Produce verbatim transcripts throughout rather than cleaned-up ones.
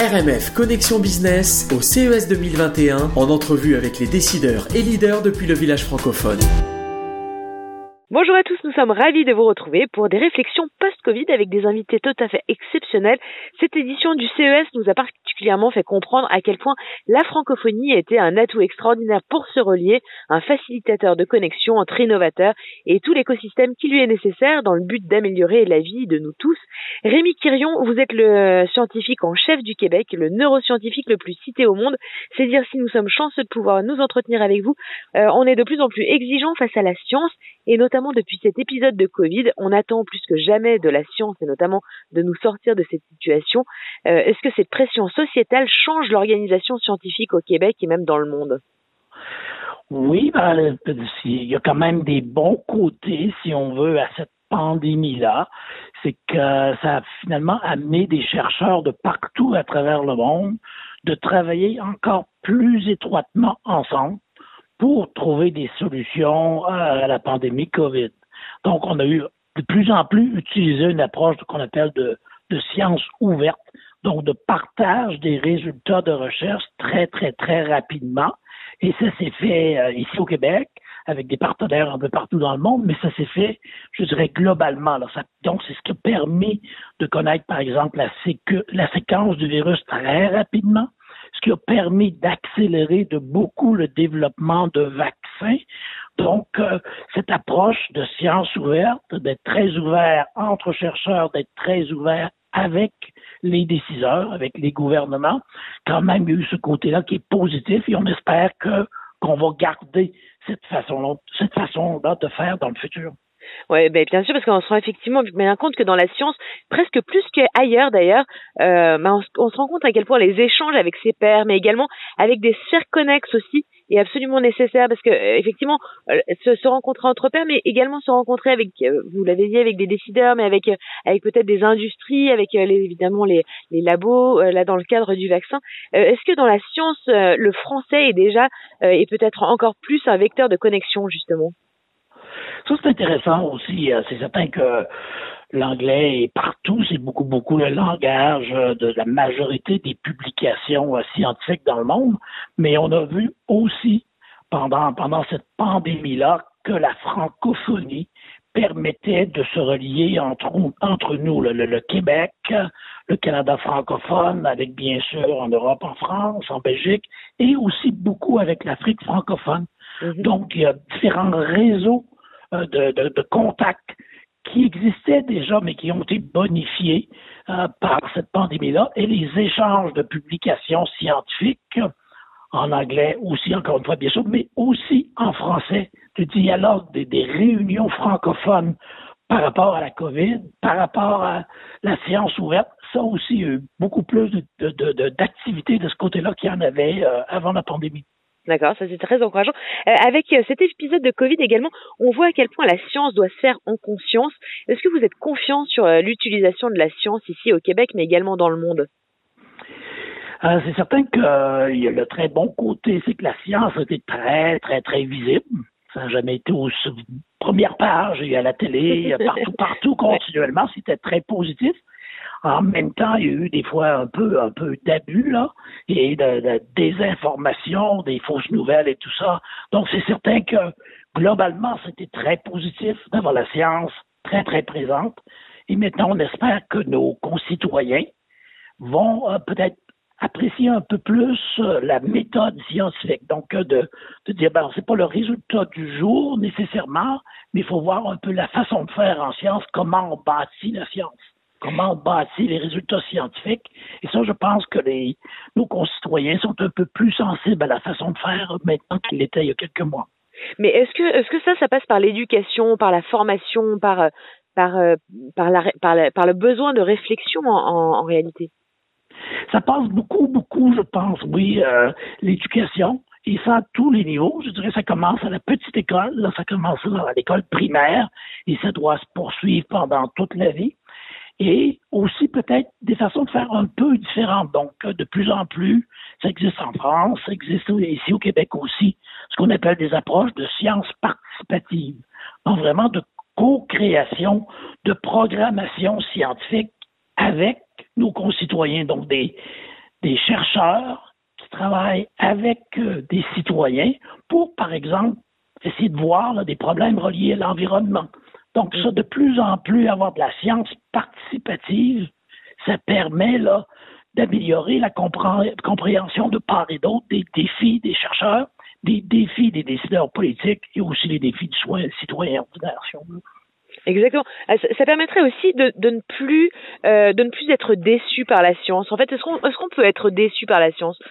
R M F Connexion Business au C E S deux mille vingt et un en entrevue avec les décideurs et leaders depuis le village francophone. Bonjour à tous, nous sommes ravis de vous retrouver pour des réflexions post-Covid avec des invités tout à fait exceptionnels. Cette édition du C E S nous a particulièrement fait comprendre à quel point la francophonie était un atout extraordinaire pour se relier, un facilitateur de connexion entre innovateurs et tout l'écosystème qui lui est nécessaire dans le but d'améliorer la vie de nous tous. Rémi Quirion, vous êtes le scientifique en chef du Québec, le neuroscientifique le plus cité au monde. C'est dire si nous sommes chanceux de pouvoir nous entretenir avec vous. Euh, on est de plus en plus exigeants face à la science et notamment depuis cet épisode de Covid, on attend plus que jamais de la science et notamment de nous sortir de cette situation. Euh, est-ce que cette pression sociétale change l'organisation scientifique au Québec et même dans le monde? Oui, ben, il y a quand même des bons côtés, si on veut, à cette pandémie-là. C'est que ça a finalement amené des chercheurs de partout à travers le monde de travailler encore plus étroitement ensemble pour trouver des solutions à la pandémie COVID. Donc, on a eu de plus en plus utilisé une approche qu'on appelle de, de science ouverte, donc de partage des résultats de recherche très, très, très rapidement. Et ça s'est fait euh, ici au Québec, avec des partenaires un peu partout dans le monde, mais ça s'est fait, je dirais, globalement. Là. Ça, donc, c'est ce qui a permis de connaître, par exemple, la, sécu- la séquence du virus très rapidement, ce qui a permis d'accélérer de beaucoup le développement de vaccins. Donc, euh, cette approche de science ouverte, d'être très ouvert entre chercheurs, d'être très ouvert avec les décideurs, avec les gouvernements, quand même, il y a eu ce côté-là qui est positif et on espère que qu'on va garder cette façon-là, cette façon-là de faire dans le futur. Oui, ben bien sûr, parce qu'on se rend effectivement bien compte que dans la science, presque plus qu'ailleurs d'ailleurs, euh, ben on, on se rend compte à quel point les échanges avec ses pairs, mais également avec des sphères connexes aussi, est absolument nécessaire parce que euh, effectivement, euh, se, se rencontrer entre pairs, mais également se rencontrer avec, euh, vous l'avez dit, avec des décideurs, mais avec euh, avec peut-être des industries, avec euh, les, évidemment les les labos, euh, là dans le cadre du vaccin. Euh, est-ce que dans la science, euh, le français est déjà euh, et peut-être encore plus un vecteur de connexion justement? Ça, c'est intéressant aussi. C'est certain que l'anglais est partout. C'est beaucoup, beaucoup le langage de la majorité des publications scientifiques dans le monde. Mais on a vu aussi, pendant, pendant cette pandémie-là, que la francophonie permettait de se relier entre, entre nous, le, le, le Québec, le Canada francophone, avec bien sûr en Europe, en France, en Belgique, et aussi beaucoup avec l'Afrique francophone. Mm-hmm. Donc, il y a différents réseaux De, de, de contacts qui existaient déjà, mais qui ont été bonifiés euh, par cette pandémie-là, et les échanges de publications scientifiques, en anglais aussi, encore une fois, bien sûr, mais aussi en français, de dialogue, des, des réunions francophones par rapport à la COVID, par rapport à la science ouverte. Ça aussi, il y a eu beaucoup plus de, de, de, d'activités de ce côté-là qu'il y en avait euh, avant la pandémie. D'accord, ça c'est très encourageant. Euh, avec euh, cet épisode de Covid également, on voit à quel point la science doit se faire en conscience. Est-ce que vous êtes confiant sur euh, l'utilisation de la science ici au Québec, mais également dans le monde? Euh, c'est certain qu'il euh, y a le très bon côté, c'est que la science a été très, très, très visible. Ça n'a jamais été aux premières pages et à la télé, partout, partout, continuellement. C'était très positif. En même temps, il y a eu des fois un peu, un peu d'abus, là, et de, de désinformation, des fausses nouvelles et tout ça. Donc, c'est certain que, globalement, c'était très positif d'avoir la science très, très présente. Et maintenant, on espère que nos concitoyens vont euh, peut-être apprécier un peu plus euh, la méthode scientifique. Donc, euh, de, de dire, ben, c'est pas le résultat du jour, nécessairement, mais il faut voir un peu la façon de faire en science, comment on bâtit la science. Comment on bâtit les résultats scientifiques. Et ça, je pense que les, nos concitoyens sont un peu plus sensibles à la façon de faire maintenant qu'ils l'étaient il y a quelques mois. Mais est-ce que, est-ce que ça, ça passe par l'éducation, par la formation, par, par, par, la, par, la, par le besoin de réflexion en, en, en réalité? Ça passe beaucoup, beaucoup, je pense, oui, euh, l'éducation. Et ça, à tous les niveaux. Je dirais ça commence à la petite école, là, ça commence à l'école primaire, et ça doit se poursuivre pendant toute la vie. Et aussi peut-être des façons de faire un peu différentes. Donc, de plus en plus, ça existe en France, ça existe ici au Québec aussi, ce qu'on appelle des approches de sciences participatives. Donc, vraiment de co-création, de programmation scientifique avec nos concitoyens. Donc, des, des chercheurs qui travaillent avec euh, des citoyens pour, par exemple, essayer de voir là, des problèmes reliés à l'environnement. Donc, ça, de plus en plus, avoir de la science participative, ça permet là, d'améliorer la compré- compréhension de part et d'autre des défis des chercheurs, des défis des décideurs politiques et aussi les défis du citoyen ordinaire, si on veut. Exactement. Ça permettrait aussi de, de ne plus euh, de ne plus être déçu par la science. En fait, est-ce qu'on est-ce qu'on peut être déçu par la science?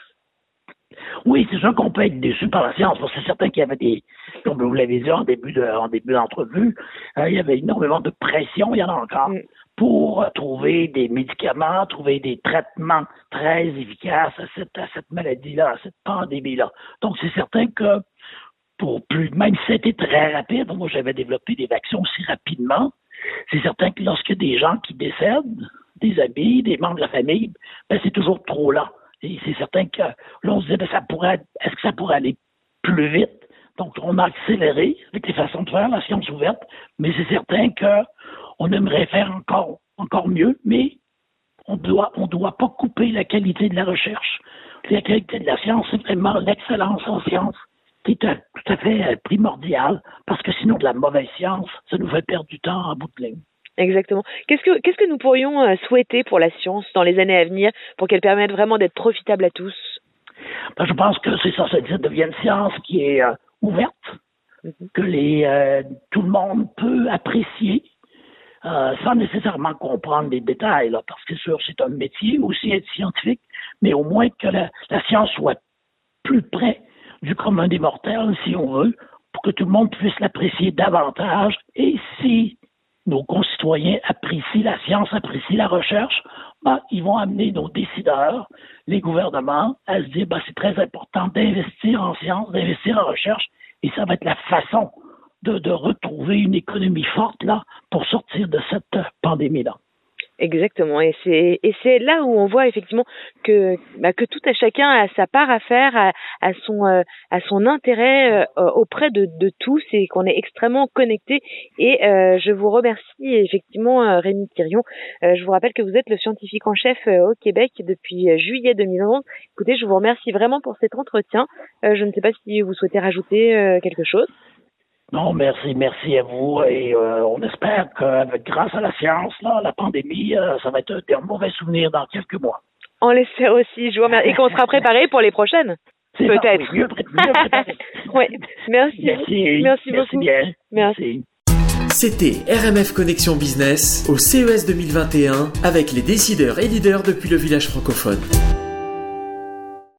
Oui, c'est sûr qu'on peut être déçu par la science. Bon, c'est certain qu'il y avait des, comme vous l'avez dit en début de, en début d'entrevue, euh, il y avait énormément de pression, il y en a encore, mm. pour trouver des médicaments, trouver des traitements très efficaces à cette, à cette maladie-là, à cette pandémie-là. Donc, c'est certain que pour plus, même si c'était très rapide, moi j'avais développé des vaccins aussi rapidement, c'est certain que lorsque des gens qui décèdent, des amis, des membres de la famille, ben c'est toujours trop lent. Et c'est certain que là on se disait, ben ça pourrait, est-ce que ça pourrait aller plus vite? Donc on a accéléré avec les façons de faire, la science ouverte, mais c'est certain que on aimerait faire encore, encore mieux, mais on doit, on doit pas couper la qualité de la recherche. La qualité de la science, c'est vraiment l'excellence en science. C'est tout à fait primordial, parce que sinon, de la mauvaise science, ça nous fait perdre du temps en bout de ligne. Exactement. Qu'est-ce que, qu'est-ce que nous pourrions souhaiter pour la science dans les années à venir, pour qu'elle permette vraiment d'être profitable à tous? Ben, je pense que c'est ça, ça devient une science qui est euh, ouverte, mm-hmm. que les, euh, tout le monde peut apprécier, euh, sans nécessairement comprendre les détails, là, parce que c'est sûr, c'est un métier aussi être scientifique, mais au moins que la, la science soit plus près du commun des mortels, si on veut, pour que tout le monde puisse l'apprécier davantage. Et si nos concitoyens apprécient la science, apprécient la recherche, ben, ils vont amener nos décideurs, les gouvernements, à se dire ben, c'est très important d'investir en science, d'investir en recherche, et ça va être la façon de, de retrouver une économie forte là pour sortir de cette pandémie-là. Exactement, et c'est et c'est là où on voit effectivement que bah, que tout à chacun a sa part à faire, à, à son euh, à son intérêt euh, auprès de, de tous, et qu'on est extrêmement connectés. Et euh, je vous remercie effectivement, euh, Rémi Thirion. Euh, je vous rappelle que vous êtes le scientifique en chef euh, au Québec depuis euh, juillet deux mille onze. Écoutez, je vous remercie vraiment pour cet entretien. Euh, je ne sais pas si vous souhaitez rajouter euh, quelque chose. Non, merci, merci à vous. Et euh, on espère que grâce à la science, là, la pandémie, euh, ça va être un mauvais souvenir dans quelques mois. On l'espère aussi. Je vous remercie. Et qu'on sera préparé pour les prochaines. C'est peut-être. Ça, oui, mieux, mieux préparé. Ouais. Merci. Merci. Merci beaucoup. Merci bien. Merci. C'était R M F Connexion Business au C E S deux mille vingt et un avec les décideurs et leaders depuis le village francophone.